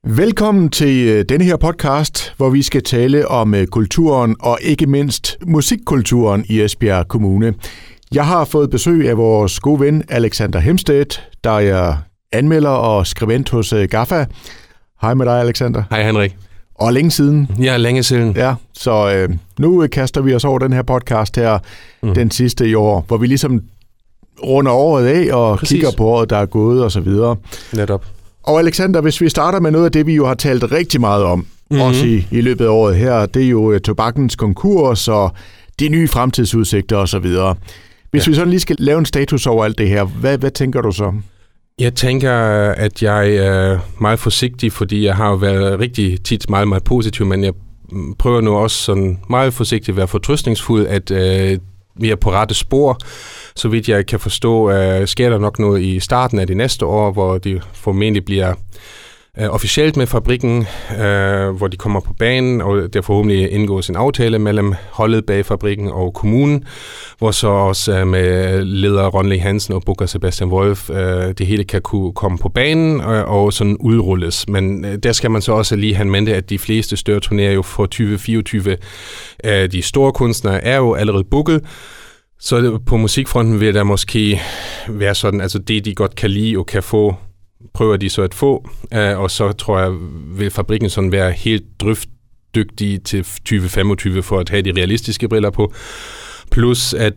Velkommen til denne her podcast, hvor vi skal tale om kulturen og ikke mindst musikkulturen i Esbjerg Kommune. Jeg har fået besøg af vores gode ven Alexander Hemstedt, der er anmelder og skribent hos GAFFA. Hej med dig, Alexander. Hej, Henrik. Og længe siden. Ja, længe siden. Ja, så nu kaster vi os over den her podcast her, den sidste i år, hvor vi ligesom runder året af og kigger på året, der er gået og så videre. Netop. Og Alexander, hvis vi starter med noget af det, vi jo har talt rigtig meget om, også i løbet af året her, det er jo tobakkens konkurs og de nye fremtidsudsigter og så videre. Hvis vi sådan lige skal lave en status over alt det her, hvad tænker du så? Jeg tænker, at jeg er meget forsigtig, fordi jeg har jo været rigtig tit meget, meget positiv, men jeg prøver nu også sådan meget forsigtigt at være fortrøstningsfuld, at vi er på rette spor. Så vidt jeg kan forstå, sker der nok noget i starten af det næste år, hvor de formentlig bliver officielt med fabrikken, hvor de kommer på banen, og der forhåbentlig indgås en aftale mellem holdet bag fabrikken og kommunen, hvor så også med leder Ronny Hansen og booker Sebastian Wolf, det hele kan kunne komme på banen og sådan udrulles. Men der skal man så også lige have en mente, at de fleste større turnéer jo for 2024, de store kunstnere er jo allerede booket. Så på musikfronten vil der måske være sådan, altså det de godt kan lide og kan få, prøver de så at få, og så tror jeg, vil fabrikken sådan være helt drøftdygtig til 2025 for at have de realistiske briller på. Plus at,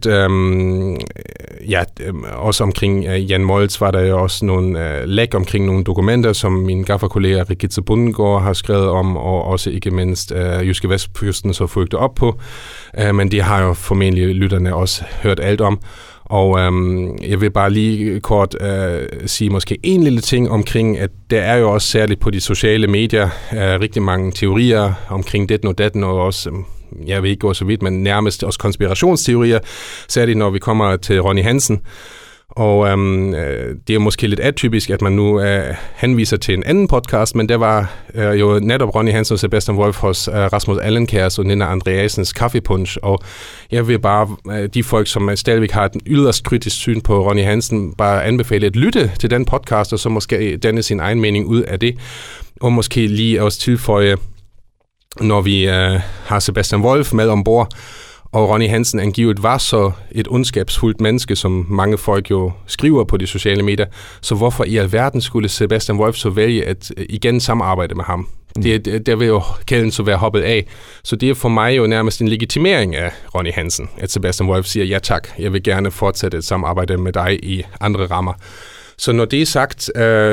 også omkring Jan Moltz var der jo også nogle læk omkring nogle dokumenter, som min GAFFA-kollega Rikice Bundgaard har skrevet om, og også ikke mindst Jyske Vestkysten så fulgte op på. Men det har jo formentlig lytterne også hørt alt om. Og jeg vil bare lige kort sige måske en lille ting omkring, at der er jo også særligt på de sociale medier rigtig mange teorier omkring ditten og datten, og også, jeg vil ikke gå så vidt, men nærmest også konspirationsteorier, særligt når vi kommer til Ronny Hansen. Og det er måske lidt atypisk, at man nu henviser til en anden podcast, men der var jo netop Ronny Hansen og Sebastian Wolf hos Rasmus Allenkærs og Nina Andreasens Kaffepunch, og jeg vil bare, de folk, som stadigvæk har et yderst kritisk syn på Ronny Hansen, bare anbefale at lytte til den podcast, og så måske danne sin egen mening ud af det, og måske lige også tilføje, når vi har Sebastian Wolf med ombord, og Ronny Hansen angiveligt var så et ondskabsfuldt menneske, som mange folk jo skriver på de sociale medier. Så hvorfor i alverden skulle Sebastian Wolf så vælge at igen samarbejde med ham? Der vil jo kæden så være hoppet af. Så det er for mig jo nærmest en legitimering af Ronny Hansen, at Sebastian Wolf siger, ja tak, jeg vil gerne fortsætte et samarbejde med dig i andre rammer. Så når det er sagt,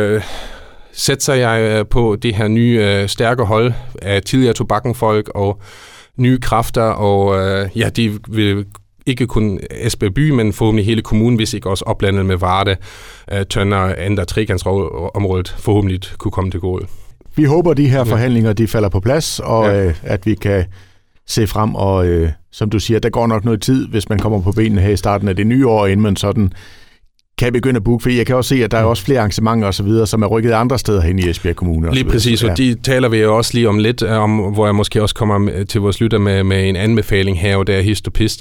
sætter jeg på det her nye stærke hold af tidligere tobakkenfolk og nye kræfter, og de vil ikke kun Esbjerg by, men forhåbentlig hele kommunen, hvis ikke også oplandet med Varde, Tønder og andre trekantsområdet forhåbentlig kunne komme til gode. Vi håber, at de her forhandlinger de falder på plads, og at vi kan se frem, og som du siger, der går nok noget tid, hvis man kommer på benene her i starten af det nye år, inden man sådan kan begynde at booke, for jeg kan også se, at der er også flere arrangementer og så videre, som er rykket andre steder hen i Esbjerg Kommune. Lige præcis, og de taler vi jo også lige om lidt, hvor jeg måske også kommer til vores lytter med en anbefaling her, og der er hist og pist.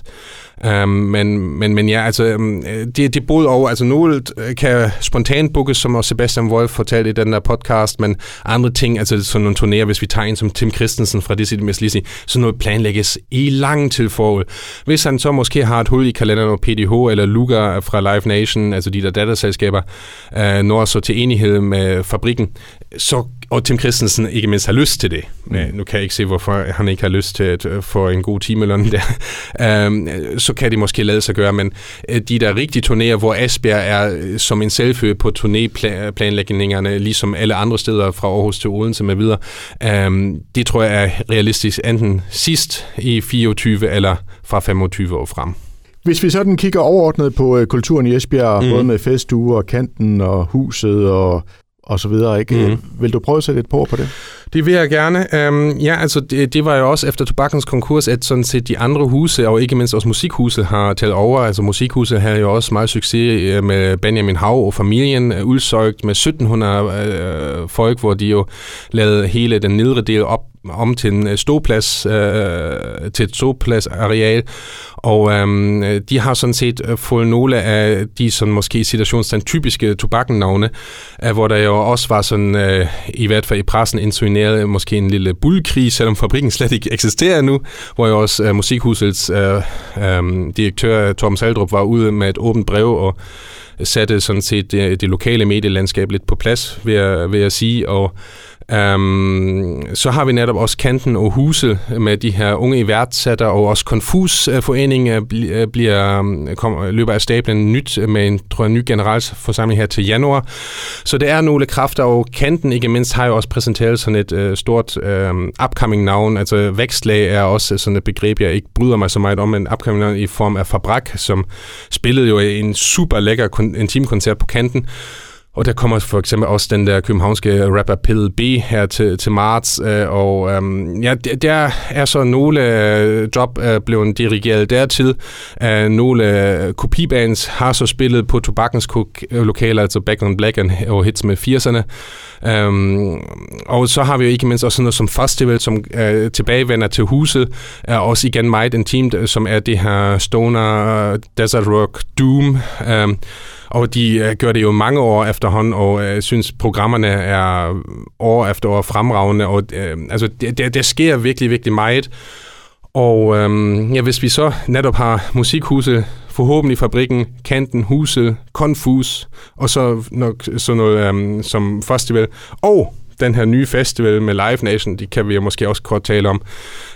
Men ja, altså, det både over, altså nogle kan spontant bookes, som også Sebastian Wolf fortalte i den der podcast, men andre ting, altså sådan nogle turnéer, hvis vi tager en som Tim Christensen fra Dizzy Mizlissi, så noget planlægges i lang tid forud. Hvis han så måske har et hul i kalenderen, og PDH eller Luga fra Live Nation, altså de der datterselskaber, når så til enighed med fabrikken, så, og Tim Christensen ikke mindst har lyst til det. Nu kan jeg ikke se, hvorfor han ikke har lyst til at få en god timeløn der. Så kan det måske lade sig gøre, men de der rigtige turnéer, hvor Esbjerg er som en selvfølge på turnéplanlægningerne, ligesom alle andre steder fra Aarhus til Odense med videre, det tror jeg er realistisk enten sidst i 24 eller fra 25 år frem. Hvis vi sådan kigger overordnet på kulturen i Esbjerg, både med festuger og Kanten og Huset og så videre, ikke? Vil du prøve at sætte et på det? Det vil jeg gerne. Altså det var jo også efter tobakkens konkurs, at sådan set de andre huse, og ikke mindst også musikhuset, har taget over. Altså musikhuset havde jo også meget succes med Benjamin Hav og familien, udsøgt med 1700 folk, hvor de jo lavede hele den nedre del om til en ståplads, til et ståpladsareal, og de har sådan set fået nogle af de sådan måske i situationstegn typiske tobakkennavne, hvor der jo også var sådan, i hvert fald i pressen, insinueret måske en lille buldkrig, selvom fabrikken slet ikke eksisterer nu, hvor jo også musikhusets direktør Torben Saldrup var ude med et åbent brev og satte sådan set det lokale medielandskab lidt på plads, vil jeg sige, og så har vi netop også Kanten og Huset med de her unge iværksættere, og også Confus-foreningen løber af stablen nyt med en ny generalforsamling her til januar. Så det er nogle kræfter, og Kanten ikke mindst har jo også præsenteret sådan et stort upcoming navn. Altså Vækstlag er også sådan et begreb, jeg ikke bryder mig så meget om, en upcoming navn i form af Fabrak, som spillede jo en super lækker intimkoncert på Kanten. Og der kommer for eksempel også den der københavnske rapper PLB her til marts, og der er så nogle job blevet dirigeret dertil. Nogle kopibands har så spillet på tobakkens lokaler, altså Back on Black og hits med 80'erne. Og så har vi jo ikke mindst også sådan noget som Festival, som tilbagevender til huset, er også igen meget intimt, som er det her stoner, desert rock, doom, og de gør det jo mange år efterhånden, og jeg synes, programmerne er år efter år fremragende, og altså, der sker virkelig, virkelig meget. Og hvis vi så netop har musikhuset, forhåbentlig fabrikken, Kanten, Huset, Confus, og så sådan noget som festival, og den her nye festival med Live Nation, de kan vi jo måske også kort tale om,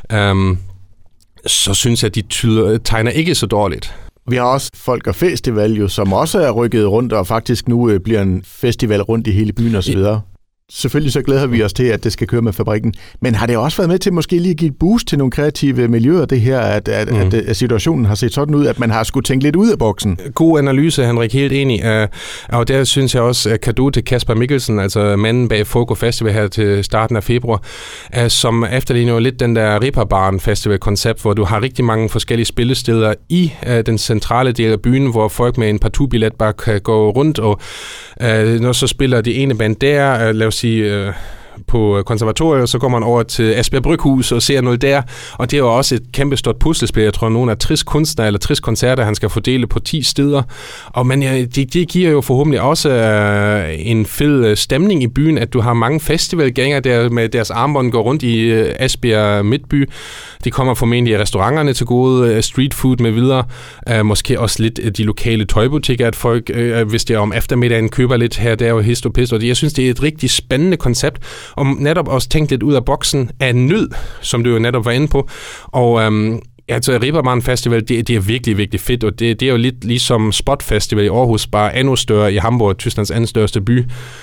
så synes jeg, at de tegner ikke så dårligt. Vi har også Folk og Festival, jo, som også er rykket rundt, og faktisk nu bliver en festival rundt i hele byen og så videre. Selvfølgelig så glæder vi os til, at det skal køre med fabrikken. Men har det også været med til måske lige at give et boost til nogle kreative miljøer, det her, at situationen har set sådan ud, at man har skulle tænke lidt ud af boksen? God analyse, Henrik, helt enig. Og der synes jeg også, cadeau til Kasper Mikkelsen, altså manden bag Folk og Festival her til starten af februar, som efterligner jo lidt den der Ripperbaren Festival-koncept, hvor du har rigtig mange forskellige spillesteder i den centrale del af byen, hvor folk med en partout-billet bare kan gå rundt, og når så spiller de ene band der, lad os sige, på konservatoriet, så kommer man over til Esbjerg Bryghus og ser noget der, og det er jo også et kæmpe stort puslespil. Jeg tror, nogle af 60 kunstnere eller 60 koncerter, han skal fordele på 10 steder, og men det giver jo forhåbentlig også en fed stemning i byen, at du har mange festivalgængere der med deres armbånd går rundt i Esbjerg Midtby. De kommer formentlig i restauranterne til gode, street food med videre, måske også lidt de lokale tøjbutikker, at folk, hvis det er om eftermiddagen, køber lidt her, der og hist og pist, og jeg synes, det er et rigtig spændende koncept, og netop også tænkt lidt ud af boksen af nød, som du jo netop var inde på. Og altså Ripperbaren Festival, det er virkelig, virkelig fedt, og det er jo lidt ligesom Spot Festival i Aarhus, bare endnu større i Hamburg, Tysklands anden største by,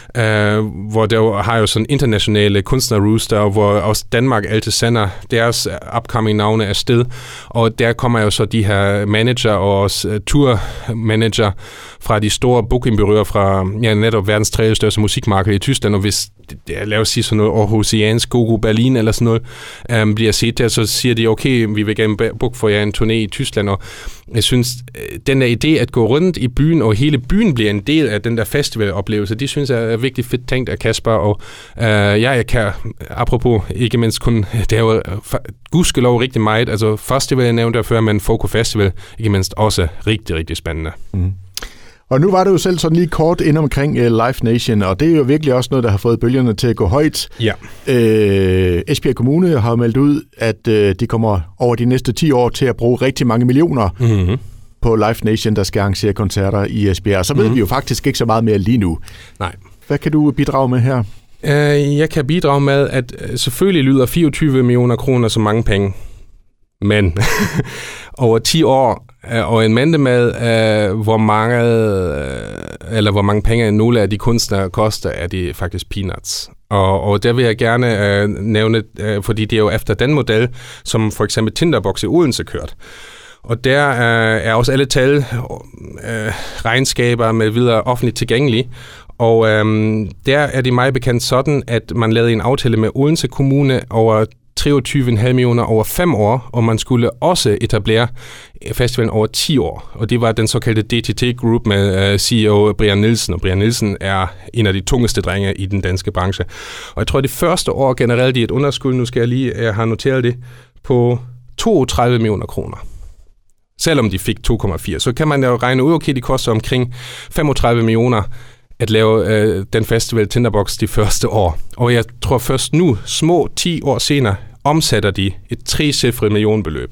hvor der jo har jo sådan internationale kunstnerrooster, og hvor også Danmark altid sender deres upcoming navne afsted, og der kommer jo så de her manager og også tourmanager fra de store bookingbureauer fra netop verdens tredje største musikmarked i Tyskland, og hvis lad os sige sådan noget Aarhusiansk, Gogo Berlin eller sådan noget, bliver set der, så siger de, okay, vi vil gerne booke for jer en turné i Tyskland, og jeg synes, den der idé at gå rundt i byen, og hele byen bliver en del af den der festivaloplevelse, de synes jeg er virkelig fedt tænkt af Kasper, og jeg kan, apropos ikke mindst kun, det er jo gudskelov rigtig meget, altså festival jeg nævnte før, men Folk Festival ikke mindst også rigtig, rigtig spændende. Mm. Og nu var det jo selv sådan lige kort ind omkring Live Nation, og det er jo virkelig også noget, der har fået bølgerne til at gå højt. Ja. Esbjerg Kommune har meldt ud, at de kommer over de næste 10 år til at bruge rigtig mange millioner på Live Nation, der skal arrangere koncerter i Esbjerg. Og så ved vi jo faktisk ikke så meget mere lige nu. Nej. Hvad kan du bidrage med her? Jeg kan bidrage med, at selvfølgelig lyder 24 millioner kroner så mange penge. Men over 10 år og en mængde med, hvor mange penge nogle af de kunstnere koster, er de faktisk peanuts. Og der vil jeg gerne nævne, fordi det er jo efter den model, som for eksempel Tinderbox i Odense kørt. Og der er også alle tal, regnskaber med videre offentligt tilgængelige. Og der er det meget bekendt sådan, at man lavede en aftale med Odense Kommune over 23,5 millioner over 5 år, og man skulle også etablere festivalen over 10 år. Og det var den såkaldte DTT Group med CEO Brian Nielsen, og Brian Nielsen er en af de tungeste drenge i den danske branche. Og jeg tror, det første år generelt i et underskud, nu skal jeg lige have noteret det, på 32 millioner kroner. Selvom de fik 2,4, så kan man jo regne ud, okay, de koster omkring 35 millioner at lave den festival Tinderbox de første år. Og jeg tror først nu, små 10 år senere, omsætter de et 3-cifret millionbeløb.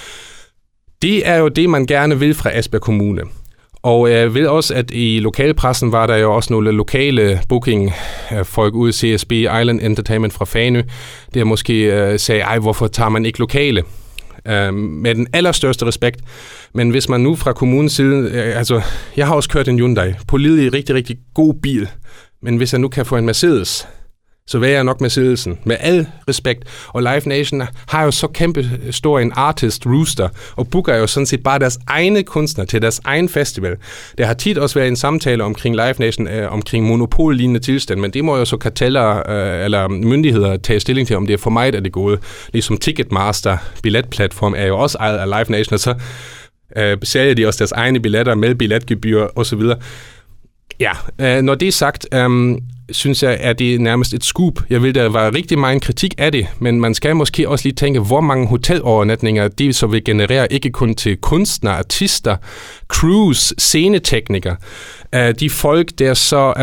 Det er jo det, man gerne vil fra Esbjerg Kommune. Og jeg ved også, at i lokalpressen var der jo også nogle lokale booking-folk ude, CSB Island Entertainment fra Fanø, der måske sagde, hvorfor tager man ikke lokale? Med den allerstørste respekt. Men hvis man nu fra kommunens side, jeg har også kørt en Hyundai, pålidelig rigtig, rigtig god bil, men hvis jeg nu kan få en Mercedes, så vælger jeg nok Mercedesen, med al respekt. Og Live Nation har jo så kæmpe stor en artist rooster, og booker jo sådan set bare deres egne kunstnere til deres egen festival. Der har tit også været en samtale omkring Live Nation, omkring monopollignende tilstand, men det må jo så karteller eller myndigheder tage stilling til, om det er for mig, at det gået. Ligesom Ticketmaster, billetplatform, er jo også ejet af Live Nation, og så sælger de også deres egne billetter med billetgebyr osv. Ja, når det er sagt, synes jeg, at det er nærmest et scoop. Jeg vil, der var rigtig meget kritik af det, men man skal måske også lige tænke, hvor mange hotelovernatninger de så vil generere, ikke kun til kunstnere, artister, crews, sceneteknikere. De folk, der så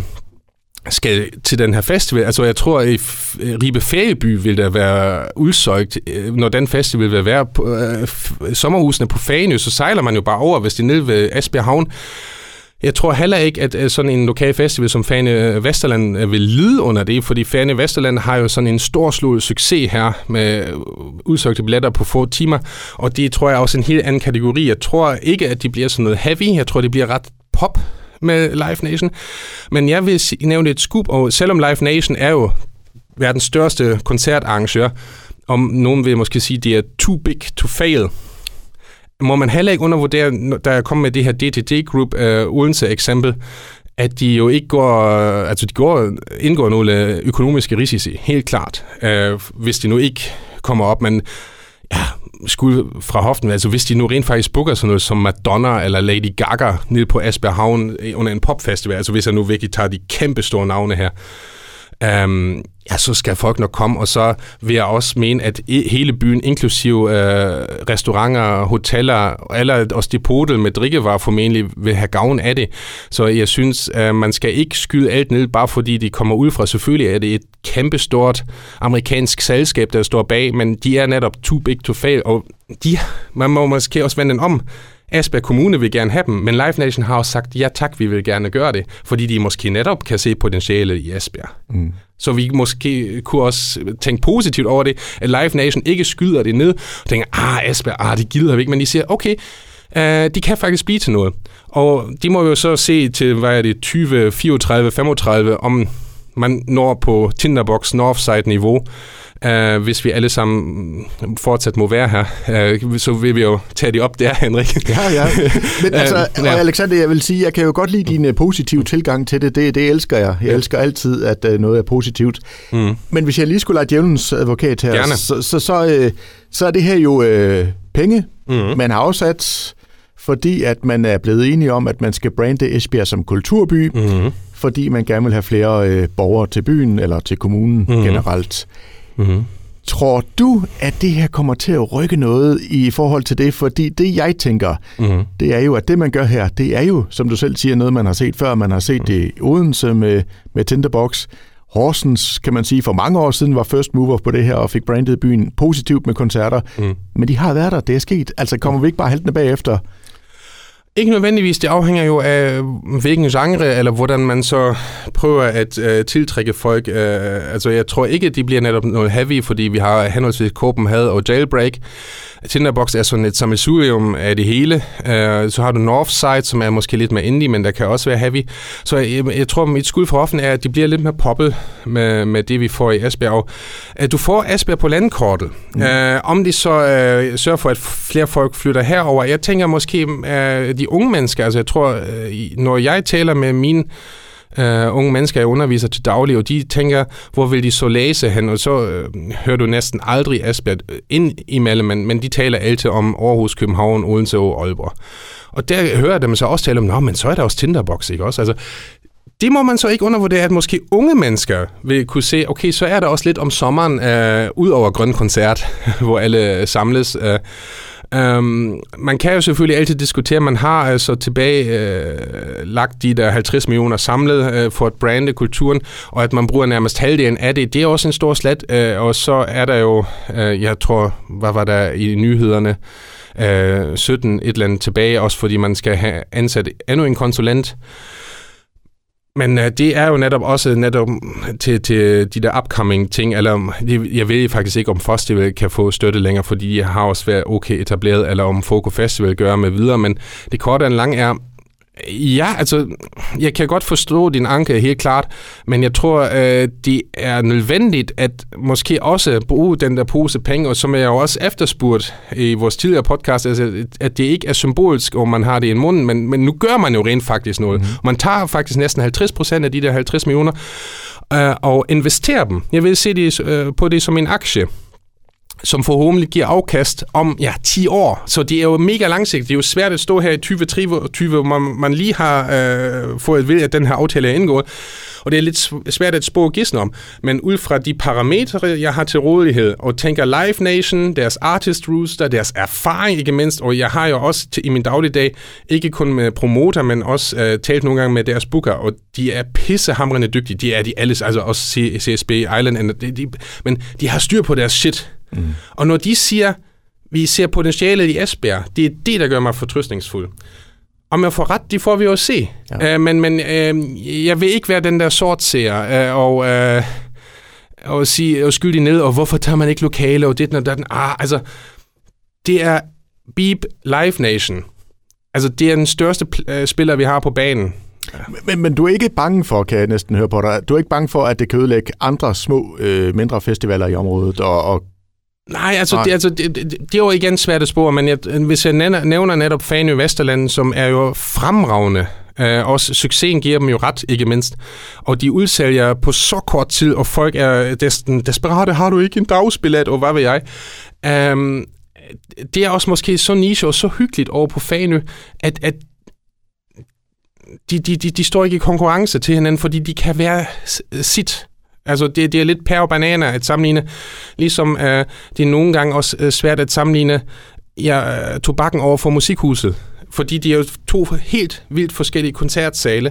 skal til den her festival, altså jeg tror, i Ribe Ferieby vil der være udsøgt, når den festival vil være på sommerhusene på Fanø, så sejler man jo bare over, hvis det er nede ved Esbjerg Havn. Jeg tror heller ikke, at sådan en lokal festival som Fanø Vesterland vil lide under det, fordi Fanø Vesterland har jo sådan en storslået succes her med udsøgte billetter på få timer, og det tror jeg også en helt anden kategori. Jeg tror ikke, at de bliver sådan noget heavy. Jeg tror, det bliver ret pop med Live Nation. Men jeg vil nævne et scoop, og selvom Live Nation er jo verdens største koncertarrangør, om nogen vil måske sige, at det er too big to fail, må man heller ikke undervurdere, da jeg kom med det her DTT Group Odense eksempel, at de jo ikke indgår nogle økonomiske risici, helt klart, hvis de nu ikke kommer op, men skud fra hoften, altså hvis de nu rent faktisk booker sådan noget som Madonna eller Lady Gaga nede på Esbjerg Havn under en popfestival, altså hvis jeg nu virkelig tager de kæmpe store navne her, så skal folk nok komme, og så vil jeg også mene, at hele byen, inklusive restauranter, hoteller, eller også depotet med drikkevarer formentlig vil have gavn af det. Så jeg synes, man skal ikke skyde alt ned, bare fordi de kommer ud fra. Selvfølgelig er det et kæmpestort amerikansk selskab, der står bag, men de er netop too big to fail, og man må måske også vende den om. Esbjerg Kommune vil gerne have dem, men Live Nation har også sagt, ja tak, vi vil gerne gøre det, fordi de måske netop kan se potentiale i Esbjerg. Mm. Så vi måske kunne også tænke positivt over det, at Live Nation ikke skyder det ned, og tænker, Esbjerg, det gider vi ikke, men de siger, okay, de kan faktisk blive til noget. Og de må jo så se til, 20, 34, 35, om man når på Tinderbox Northside-niveau. Hvis vi alle sammen fortsat må være her, så vil vi jo tage det op der, Henrik. Ja. Men og Alexander, jeg vil sige, jeg kan jo godt lide din positive tilgang til det. Det elsker jeg. Jeg elsker altid, at noget er positivt. Mm. Men hvis jeg lige skulle lege djævelens advokat her, så er det her jo penge, man har afsat, fordi at man er blevet enige om, at man skal brande Esbjerg som kulturby, fordi man gerne vil have flere borgere til byen, eller til kommunen generelt. Mm-hmm. Tror du, at det her kommer til at rykke noget i forhold til det? Fordi det, jeg tænker, det er jo, at det, man gør her, det er jo, som du selv siger, noget, man har set før. Man har set det i Odense med Tinderbox. Horsens, kan man sige, for mange år siden var first mover på det her og fik brandet byen positivt med koncerter. Men de har været der, det er sket. Altså kommer vi ikke bare haltende bagefter? Ikke nødvendigvis, det afhænger jo af hvilken genre, eller hvordan man så prøver at tiltrække folk. Altså jeg tror ikke, at de bliver netop noget heavy, fordi vi har henholdsvis Copenhagen og Jailbreak. Tinderbox er sådan et sammensurium af det hele. Så har du Northside, som er måske lidt mere indie, men der kan også være heavy. Så jeg tror, mit skud for offenen er, at de bliver lidt mere poppet med det, vi får i Esbjerg. Du får Esbjerg på landkortet. Om de så sørger for, at flere folk flytter herover. Jeg tænker måske, de unge mennesker, altså jeg tror, når jeg taler med mine unge mennesker, jeg underviser til daglig, og de tænker, hvor vil de så læse hen? Og så hører du næsten aldrig Esbjerg ind imellem, men de taler altid om Aarhus, København, Odense og Aalborg. Og der hører dem så også tale om, men så er der også Tinderbox, ikke også? Altså, det må man så ikke undervurdere, at måske unge mennesker vil kunne se, okay, så er der også lidt om sommeren, ud over Grøn Koncert, hvor alle samles. Man kan jo selvfølgelig altid diskutere, man har altså tilbage lagt de der 50 millioner samlet for at brande kulturen, og at man bruger nærmest halvdelen af det. Det er også en stor slat, og så er der jo, jeg tror, hvad var der i nyhederne, 17 et eller andet tilbage, også fordi man skal have ansat endnu en konsulent. Men det er jo netop også til de der upcoming ting, eller jeg ved faktisk ikke, om Festival kan få støtte længere, fordi de har også været okay etableret, eller om Foco Festival gør med videre, men det korte og lange er, ja, altså, jeg kan godt forstå din anke helt klart, men jeg tror, det er nødvendigt at måske også bruge den der pose penge, og som jeg jo også efterspurgt i vores tidligere podcast, altså, at det ikke er symbolsk, om man har det i munden, men nu gør man jo rent faktisk noget. Man tager faktisk næsten 50% af de der 50 millioner og investerer dem. Jeg vil se det, på det som en aktie, som forhåbentlig giver afkast om 10 år. Så det er jo mega langsigtet. Det er jo svært at stå her i 2023, hvor man lige har fået at vide, at den her aftale er indgået. Og det er lidt svært at spå gisne om. Men ud fra de parametre, jeg har til rådighed, og tænker Live Nation, deres artist roster, deres erfaring ikke mindst, og jeg har jo også i min dagligdag, ikke kun med promoter, men også talt nogle gange med deres booker, og de er pissehamrende dygtige. De er de alles, altså også CSB, Island, men de har styr på deres shit. Og når de siger, vi ser potentialet i Esbjerg, det er det, der gør mig fortrøstningsfuld. Om jeg får ret, det får vi jo se. Ja. Men jeg vil ikke være den der sortseer og sige og skyldig ned, og hvorfor tager man ikke lokale, og det og den. Altså, det er Beep Live Nation. Altså, det er den største spiller, vi har på banen. Men du er ikke bange for, kan jeg næsten høre på dig, du er ikke bange for, at det kan ødelægge andre små, mindre festivaler i området, og Nej, altså, det er jo igen svært at spore, men hvis jeg nævner netop Fanø Vesterland, som er jo fremragende, også succesen giver dem jo ret, ikke mindst, og de udsælger på så kort tid, og folk er desperate, har du ikke en dagsbillet, og hvad ved jeg. Det er også måske så niche og så hyggeligt over på Fanø, at de står ikke i konkurrence til hinanden, fordi de kan være sit. Altså, det er lidt pære og bananer at sammenligne, ligesom det er nogle gange også svært at sammenligne tobakken over for musikhuset, fordi de er jo to helt vildt forskellige koncertsale.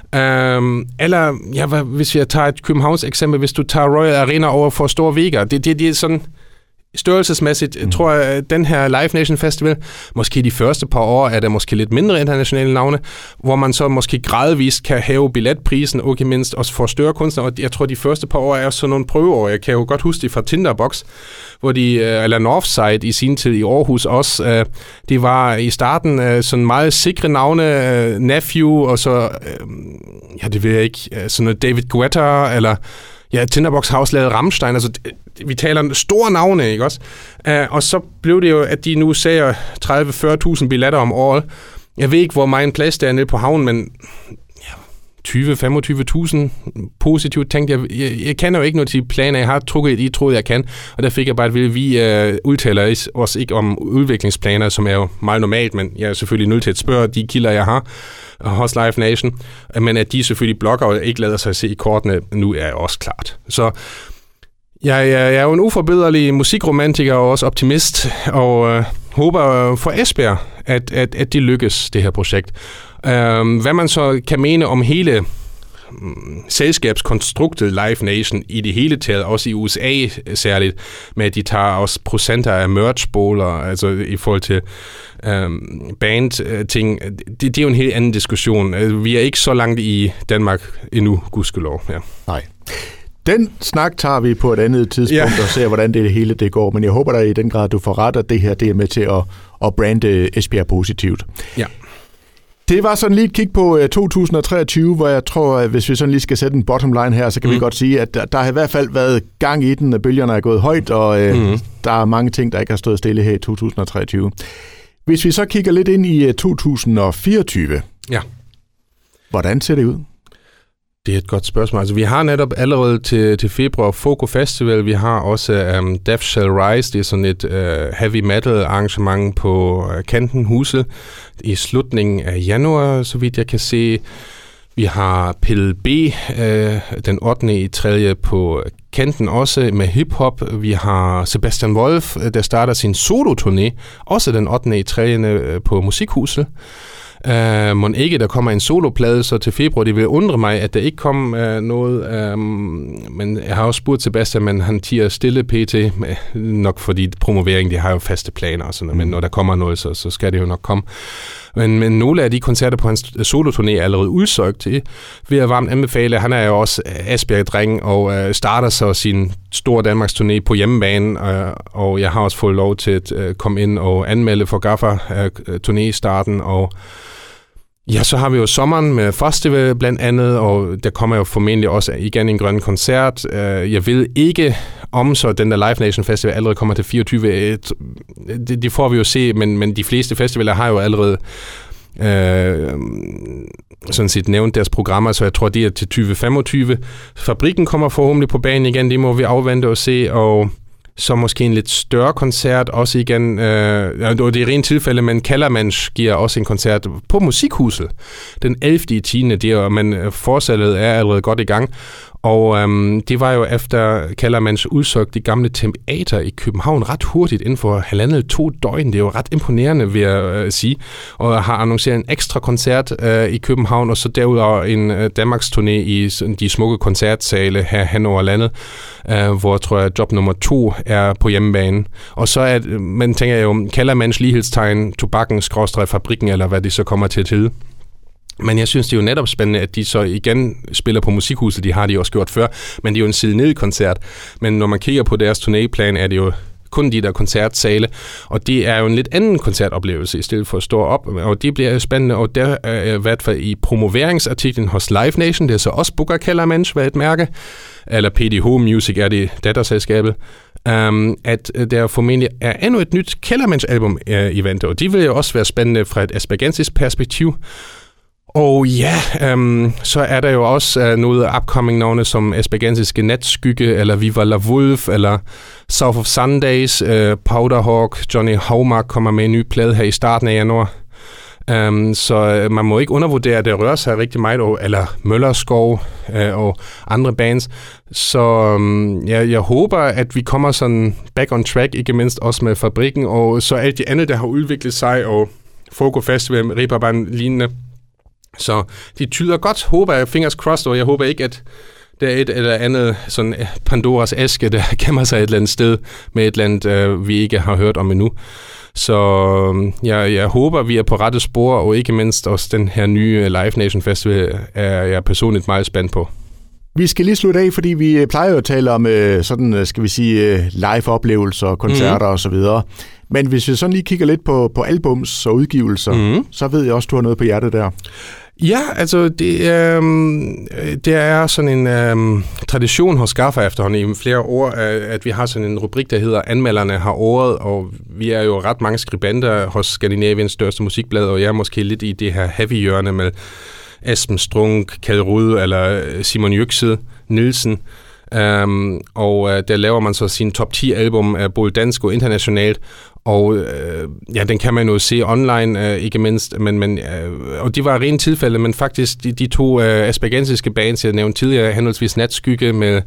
Eller, hvis jeg tager et Københavns eksempel, hvis du tager Royal Arena over for Store Vega, det er sådan størrelsesmæssigt, tror jeg, at den her Live Nation Festival, måske de første par år er der måske lidt mindre internationale navne, hvor man så måske gradvist kan hæve billetprisen, og ikke mindst også for større kunstnere, og jeg tror, de første par år er sådan nogle prøveår. Jeg kan jo godt huske det fra Tinderbox, hvor eller Northside i sin tid i Aarhus også, det var i starten sådan meget sikre navne, Nephew, og så, det ved jeg ikke, sådan noget David Guetta, eller Tinderbox har også lavet Rammstein, altså vi taler store navne, ikke også? Og så blev det jo, at de nu sælger 30-40.000 billetter om året. Jeg ved ikke, hvor meget en plads der er nede på havnen, men 20-25.000 positivt tænkte jeg kender jo ikke noget til planer, jeg har trukket i, troede jeg kan, og der fik jeg bare at vide, at vi udtaler os ikke om udviklingsplaner, som er jo meget normalt, men jeg er selvfølgelig nødt til at spørge de kilder, jeg har hos Live Nation, men at de selvfølgelig blokker og ikke lader sig se i kortene, nu er jeg også klart. Så jeg er jo en uforbederlig musikromantiker og også optimist, og håber for Esbjerg, at det lykkes, det her projekt. Hvad man så kan mene om hele selskabskonstruktet Live Nation i det hele taget, også i USA særligt, med at de tager også procenter af merch-bowler, altså i forhold til band-ting, det er jo en helt anden diskussion. Vi er ikke så langt i Danmark endnu, gudskelov. Ja. Nej. Den snak tager vi på et andet tidspunkt og ser, hvordan det hele det går, men jeg håber da i den grad, du får ret, at det her det er med til at brande Esbjerg positivt. Ja. Det var sådan lige et kig på 2023, hvor jeg tror, at hvis vi sådan lige skal sætte en bottom line her, så kan vi godt sige, at der har i hvert fald været gang i den, at bølgerne er gået højt, og der er mange ting, der ikke har stået stille her i 2023. Hvis vi så kigger lidt ind i 2024, hvordan ser det ud? Det er et godt spørgsmål. Altså, vi har netop allerede til februar Foco Festival. Vi har også Death Shall Rise. Det er sådan et heavy metal arrangement på Kantenhuset i slutningen af januar, så vidt jeg kan se. Vi har PLB den 8.3. på Kanten også med hiphop. Vi har Sebastian Wolf, der starter sin solo-turné, også den 8.3. på Musikhuset. Mon ikke, der kommer en soloplade så til februar. Det vil undre mig, at der ikke kom noget. Men jeg har også spurgt Sebastian, men han tiger stille pt. Nok fordi promovering, de har jo faste planer og sådan noget. Men når der kommer noget, så skal det jo nok komme. Men nogle af de koncerter på hans soloturné er allerede udsolgt til. Vil jeg varmt anbefale. Han er jo også Esbjerg-dreng og starter så sin store Danmarks turné på hjemmebane. Og jeg har også fået lov til at komme ind og anmelde for Gaffa turné-starten. Og ja, så har vi jo sommeren med festival blandt andet, og der kommer jo formentlig også igen en grøn koncert. Jeg ved ikke om så den der Live Nation Festival allerede kommer til 24. Det får vi jo se, men de fleste festivaler har jo allerede sådan set nævnt deres programmer, så jeg tror, det er til 2025. Fabrikken kommer forhåbentlig på banen igen, det må vi afvente og se, og så måske en lidt større koncert, også igen, det er rent tilfælde, men Kellermansch giver også en koncert på Musikhuset den 11.10. Men forsalget er allerede godt i gang, og det var jo efter Kellermansch udsolgte det gamle teater i København ret hurtigt, inden for 1,5-2 døgn. Det er jo ret imponerende, vil jeg sige, og har annonceret en ekstra koncert i København, og så derudover en Danmarks turné i de smukke koncertsale her hen over landet, hvor tror jeg job nummer 2 er på hjemmebane. Og så er, man tænker jo, Kellermansch lighedstegn, tobakken, fabrikken, eller hvad det så kommer til at hedde. Men jeg synes, det er jo netop spændende, at de så igen spiller på Musikhuset. De har de også gjort før, men det er jo en side-ned-koncert. Men når man kigger på deres turnéplan, er det jo kun de der koncertsale, og det er jo en lidt anden koncertoplevelse, i stedet for at stå op, og det bliver spændende, og der er i hvert fald i promoveringsartiklen hos Live Nation, det er så også Booker Kellermansch, hvad et mærke, eller PDH Music er det datterselskabet, at der formentlig er endnu et nyt Kellermansch-album i vente, og de vil jo også være spændende fra et aspergensisk perspektiv. Og ja, så er der jo også noget upcoming navne som Aspergensiske Natskygge, eller Viva la Wolf, eller South of Sundays, Powderhawk, Johnny Haumark kommer med en ny plade her i starten af januar. Så man må ikke undervurdere, at det rører sig rigtig meget, eller Møllerskov og andre bands. Så jeg håber, at vi kommer sådan back on track, ikke mindst også med Fabrikken, og så alt de andet, der har udviklet sig, og Foco Festival, Reeperbahn lignende. Så de tyder godt, håber jeg, fingers crossed, og jeg håber ikke, at der er et eller andet sådan Pandoras æske, der gemmer sig et eller andet sted med et eller andet, vi ikke har hørt om endnu. Så jeg håber, vi er på rette spor, og ikke mindst også den her nye Live Nation Festival er jeg personligt meget spændt på. Vi skal lige slutte af, fordi vi plejer jo at tale om sådan, skal vi sige, live-oplevelser, koncerter og så videre. Men hvis vi sådan lige kigger lidt på albums og udgivelser, så ved jeg også, du har noget på hjertet der. Ja, altså det er sådan en tradition hos Gaffa efterhånden i flere år, at vi har sådan en rubrik, der hedder Anmelderne har ordet, og vi er jo ret mange skribenter hos Skandinaviens største musikblad, og jeg er måske lidt i det her heavy-hjørne med Esben Strunk, Kjeld Rud eller Simon Jøksed Nielsen. Og der laver man så sin top 10 album, både dansk og internationalt, og ja, den kan man jo se online, ikke mindst, men og det var rent tilfælde, men faktisk de to aspergensiske bands, jeg nævnte tidligere, henholdsvis Natskygge med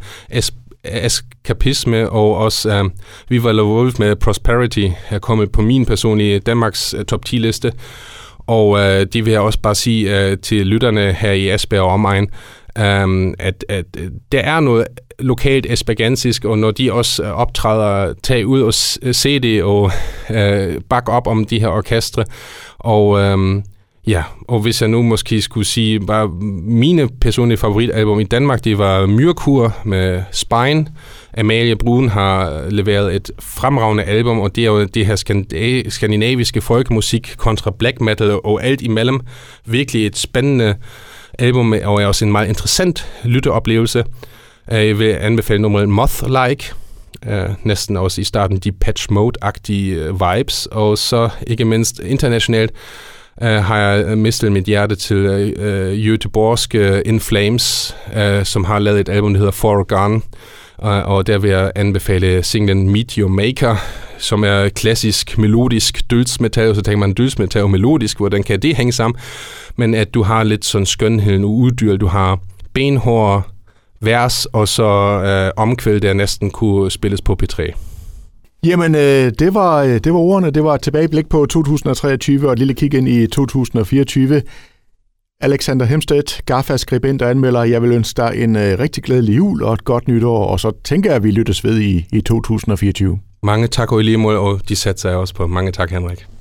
Eskapisme og også Viva la Wolf med Prosperity, er kommet på min personlige Danmarks top 10 liste, og det vil jeg også bare sige til lytterne her i Esbjerg og omegn, at der er noget lokalt aspergensisk, og når de også optræder, tag ud og se det og bakke op om de her orkestre. Og ja, og hvis jeg nu måske skulle sige bare mine personlige favoritalbum i Danmark, det var Myrkur med Spine. Amalie Brun har leveret et fremragende album, og det er jo det her skandinaviske folkemusik kontra black metal og alt imellem. Virkelig et spændende album, og er også en meget interessant lytteoplevelse. Jeg vil anbefale nummeret Moth-like, næsten også i starten de Patch Mode-agtige vibes, og så ikke mindst internationalt har jeg mistet mit hjerte til göteborgske In Flames, som har lavet et album, der hedder For Gone. Og der vil jeg anbefale singlen Meet Your Maker, som er klassisk melodisk dødsmetal. Så tænker man, dødsmetal og melodisk, hvordan kan det hænge sammen? Men at du har lidt sådan skønheden og uddyr, du har benhårde vers, og så omkvæld, der næsten kunne spilles på P3. Jamen, det var ordene. Det var et tilbageblik på 2023 og et lille kig ind i 2024. Alexander Hemstedt, GAFFA-skribent og anmelder. Jeg vil ønske dig en rigtig glædelig jul og et godt nytår, og så tænker jeg, at vi lyttes ved i 2024. Mange tak og i lige måde, og de satte sig også på. Mange tak, Henrik.